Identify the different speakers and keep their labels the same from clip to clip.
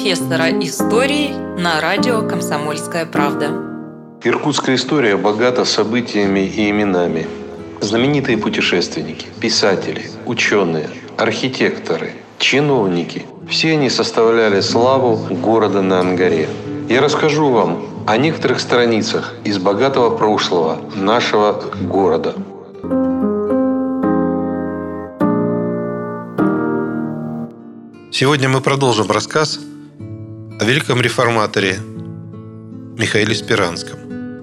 Speaker 1: профессора истории на радио «Комсомольская правда».
Speaker 2: Иркутская история богата событиями и именами. Знаменитые путешественники, писатели, ученые, архитекторы, чиновники – все они составляли славу города на Ангаре. Я расскажу вам о некоторых страницах из богатого прошлого нашего города.
Speaker 3: Сегодня мы продолжим рассказ о великом реформаторе Михаиле Спиранском.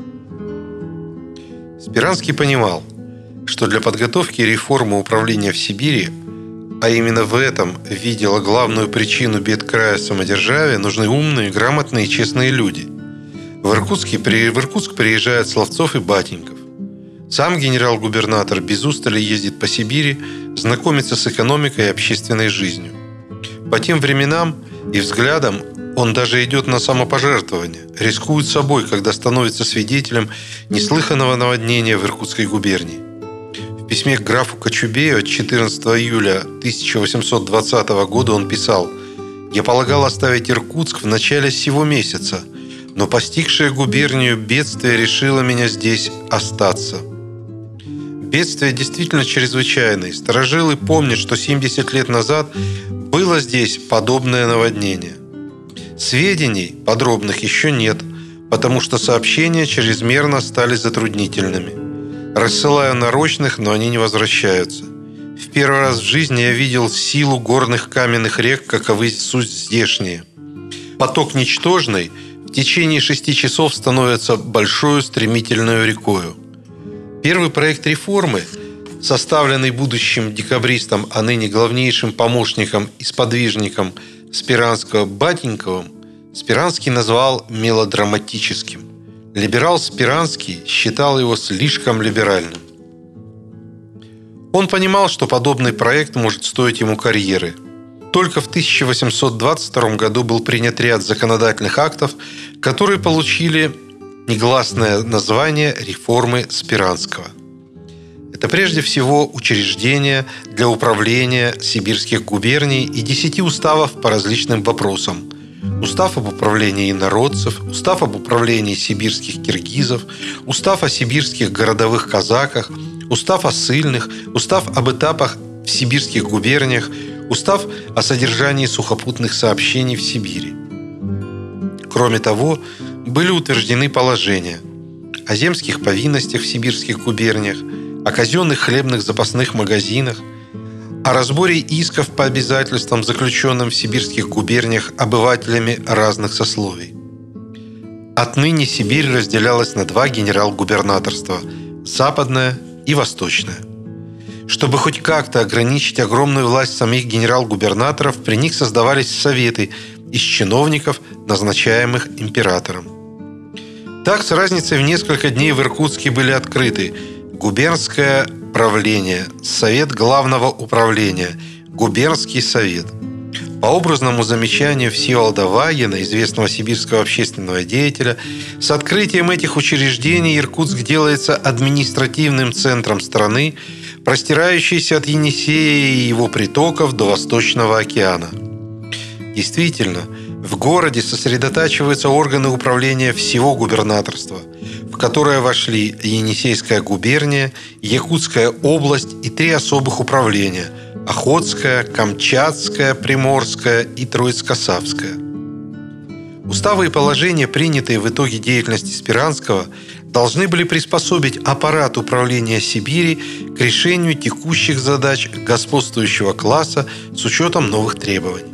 Speaker 3: Спиранский понимал, что для подготовки реформы управления в Сибири, а именно в этом видела главную причину бед края самодержавия, нужны умные, грамотные и честные люди. В Иркутск приезжают Словцов и Батеньков. Сам генерал-губернатор без устали ездит по Сибири, знакомится с экономикой и общественной жизнью. По тем временам и взглядам он даже идет на самопожертвование, рискует собой, когда становится свидетелем неслыханного наводнения в Иркутской губернии. В письме к графу Кочубею от 14 июля 1820 года он писал: «Я полагал оставить Иркутск в начале сего месяца, но постигшее губернию бедствие решило меня здесь остаться». Бедствие действительно чрезвычайное. Старожилы помнят, что 70 лет назад было здесь подобное наводнение. Сведений подробных еще нет, потому что сообщения чрезмерно стали затруднительными. Рассылаю нарочных, но они не возвращаются. В первый раз в жизни я видел силу горных каменных рек, каковы суть здешние. Поток ничтожный в течение 6 часов становится большой стремительной рекою. Первый проект реформы, составленный будущим декабристом, а ныне главнейшим помощником и сподвижником Спиранского Батеньковым, Спиранский назвал мелодраматическим. Либерал Спиранский считал его слишком либеральным. Он понимал, что подобный проект может стоить ему карьеры. Только в 1822 году был принят ряд законодательных актов, которые получили негласное название реформы Спиранского. Это прежде всего учреждения для управления сибирских губерний и 10 уставов по различным вопросам. Устав об управлении инородцев, устав об управлении сибирских киргизов, устав о сибирских городовых казаках, устав о ссыльных, устав об этапах в сибирских губерниях, устав о содержании сухопутных сообщений в Сибири. Кроме того, были утверждены положения о земских повинностях в сибирских губерниях, о казенных хлебных запасных магазинах, о разборе исков по обязательствам, заключенным в сибирских губерниях обывателями разных сословий. Отныне Сибирь разделялась на 2 генерал-губернаторства – западное и восточное. Чтобы хоть как-то ограничить огромную власть самих генерал-губернаторов, при них создавались советы из чиновников, назначаемых императором. Так, с разницей в несколько дней в Иркутске были открыты губернское правление, совет главного управления, губернский совет. По образному замечанию Всеволода Вагина, известного сибирского общественного деятеля, с открытием этих учреждений Иркутск делается административным центром страны, простирающейся от Енисея и его притоков до Восточного океана. Действительно, в городе сосредотачиваются органы управления всего губернаторства, в которое вошли Енисейская губерния, Якутская область и 3 особых управления – Охотское, Камчатское, Приморское и Троицко-Савское. Уставы и положения, принятые в итоге деятельности Спиранского, должны были приспособить аппарат управления Сибири к решению текущих задач господствующего класса с учетом новых требований.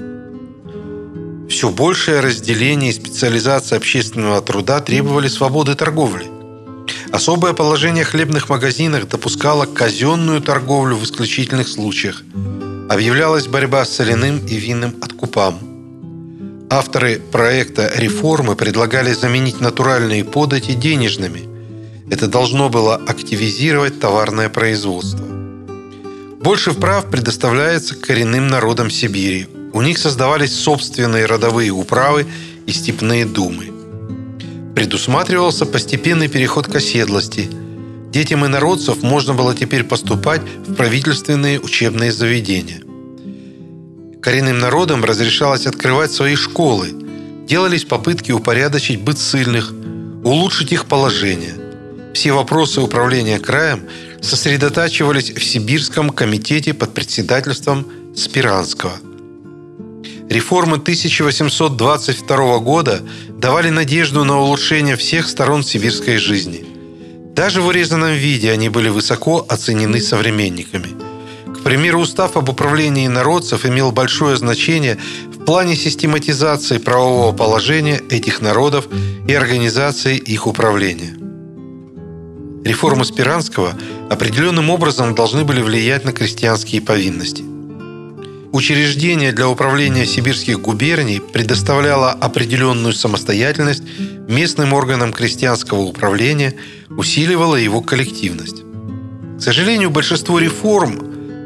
Speaker 3: Все большее разделение и специализация общественного труда требовали свободы торговли. Особое положение в хлебных магазинах допускало казенную торговлю в исключительных случаях. Объявлялась борьба с соляным и винным откупам. Авторы проекта реформы предлагали заменить натуральные подати денежными. Это должно было активизировать товарное производство. Больше прав предоставляется коренным народам Сибири. У них создавались собственные родовые управы и степные думы. Предусматривался постепенный переход к оседлости. Детям инородцев можно было теперь поступать в правительственные учебные заведения. Коренным народам разрешалось открывать свои школы. делались попытки упорядочить быт ссыльных, улучшить их положение. Все вопросы управления краем сосредотачивались в Сибирском комитете под председательством Спиранского. Реформы 1822 года давали надежду на улучшение всех сторон сибирской жизни. Даже в урезанном виде они были высоко оценены современниками. К примеру, устав об управлении народцев имел большое значение в плане систематизации правового положения этих народов и организации их управления. Реформы Спиранского определенным образом должны были влиять на крестьянские повинности. Учреждение для управления сибирских губерний предоставляло определенную самостоятельность местным органам крестьянского управления, усиливало его коллективность. К сожалению, большинство реформ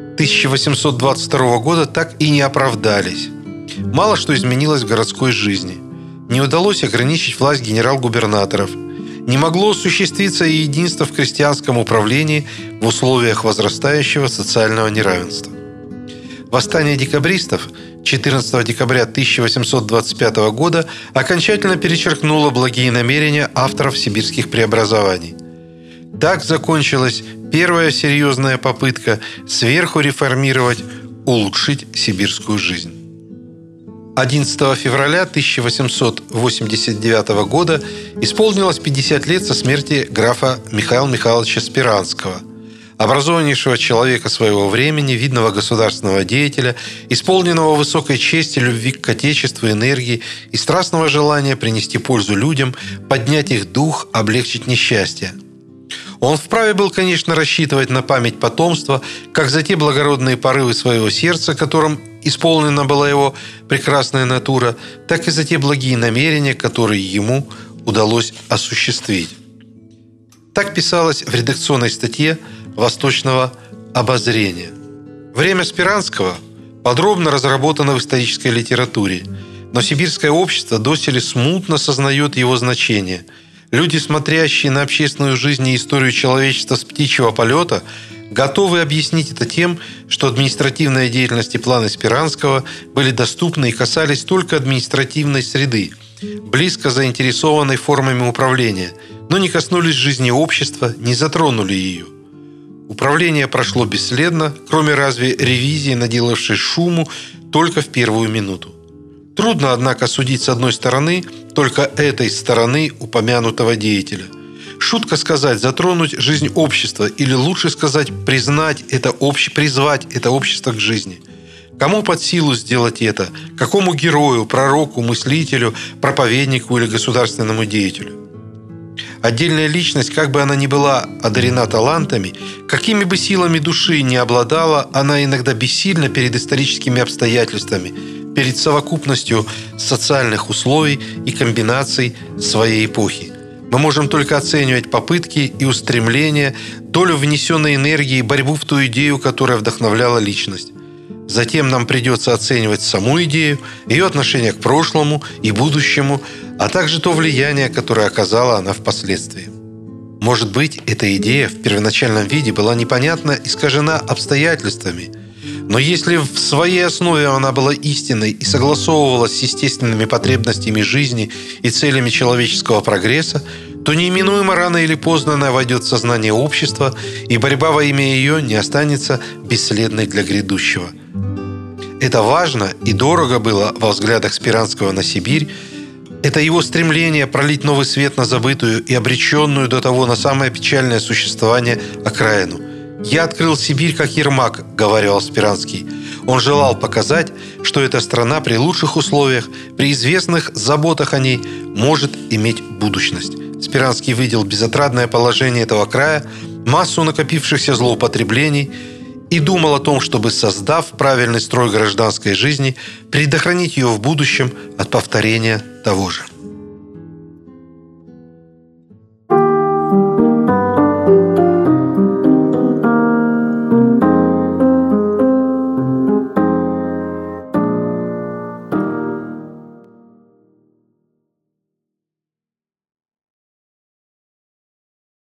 Speaker 3: 1822 года так и не оправдались. Мало что изменилось в городской жизни. Не удалось ограничить власть генерал-губернаторов. Не могло осуществиться и единство в крестьянском управлении в условиях возрастающего социального неравенства. Восстание декабристов 14 декабря 1825 года окончательно перечеркнуло благие намерения авторов сибирских преобразований. Так закончилась первая серьезная попытка сверху реформировать, улучшить сибирскую жизнь. 11 февраля 1889 года исполнилось 50 лет со смерти графа Михаила Михайловича Спиранского, образованнейшего человека своего времени, видного государственного деятеля, исполненного высокой чести, любви к Отечеству, энергии и страстного желания принести пользу людям, поднять их дух, облегчить несчастье. Он вправе был, конечно, рассчитывать на память потомства, как за те благородные порывы своего сердца, которым исполнена была его прекрасная натура, так и за те благие намерения, которые ему удалось осуществить. Так писалось в редакционной статье «Восточного обозрения». Время Спиранского подробно разработано в исторической литературе, но сибирское общество доселе смутно сознает его значение. Люди, смотрящие на общественную жизнь и историю человечества с птичьего полета, готовы объяснить это тем, что административная деятельность и планы Спиранского были доступны и касались только административной среды, близко заинтересованной формами управления, но не коснулись жизни общества, не затронули ее. Управление прошло бесследно, кроме разве ревизии, наделавшей шуму только в первую минуту. Трудно, однако, судить с одной стороны только этой стороны упомянутого деятеля. Шутка сказать «затронуть жизнь общества» или лучше сказать «призвать это общество к жизни». Кому под силу сделать это? Какому герою, пророку, мыслителю, проповеднику или государственному деятелю? Отдельная личность, как бы она ни была одарена талантами, какими бы силами души ни обладала, она иногда бессильна перед историческими обстоятельствами, перед совокупностью социальных условий и комбинаций своей эпохи. Мы можем только оценивать попытки и устремления, долю внесенной энергии, борьбу в ту идею, которая вдохновляла личность. Затем нам придется оценивать саму идею, ее отношение к прошлому и будущему, а также то влияние, которое оказала она впоследствии. Может быть, эта идея в первоначальном виде была непонятна и искажена обстоятельствами, но если в своей основе она была истинной и согласовывалась с естественными потребностями жизни и целями человеческого прогресса, то неименуемо рано или поздно она войдет в сознание общества, и борьба во имя ее не останется бесследной для грядущего. Это важно и дорого было во взглядах Спиранского на Сибирь. Это его стремление пролить новый свет на забытую и обреченную до того на самое печальное существование окраину. «Я открыл Сибирь как Ермак», — говорил Спиранский. Он желал показать, что эта страна при лучших условиях, при известных заботах о ней, может иметь будущность. Спиранский видел безотрадное положение этого края, массу накопившихся злоупотреблений и думал о том, чтобы, создав правильный строй гражданской жизни, предохранить ее в будущем от повторения того же.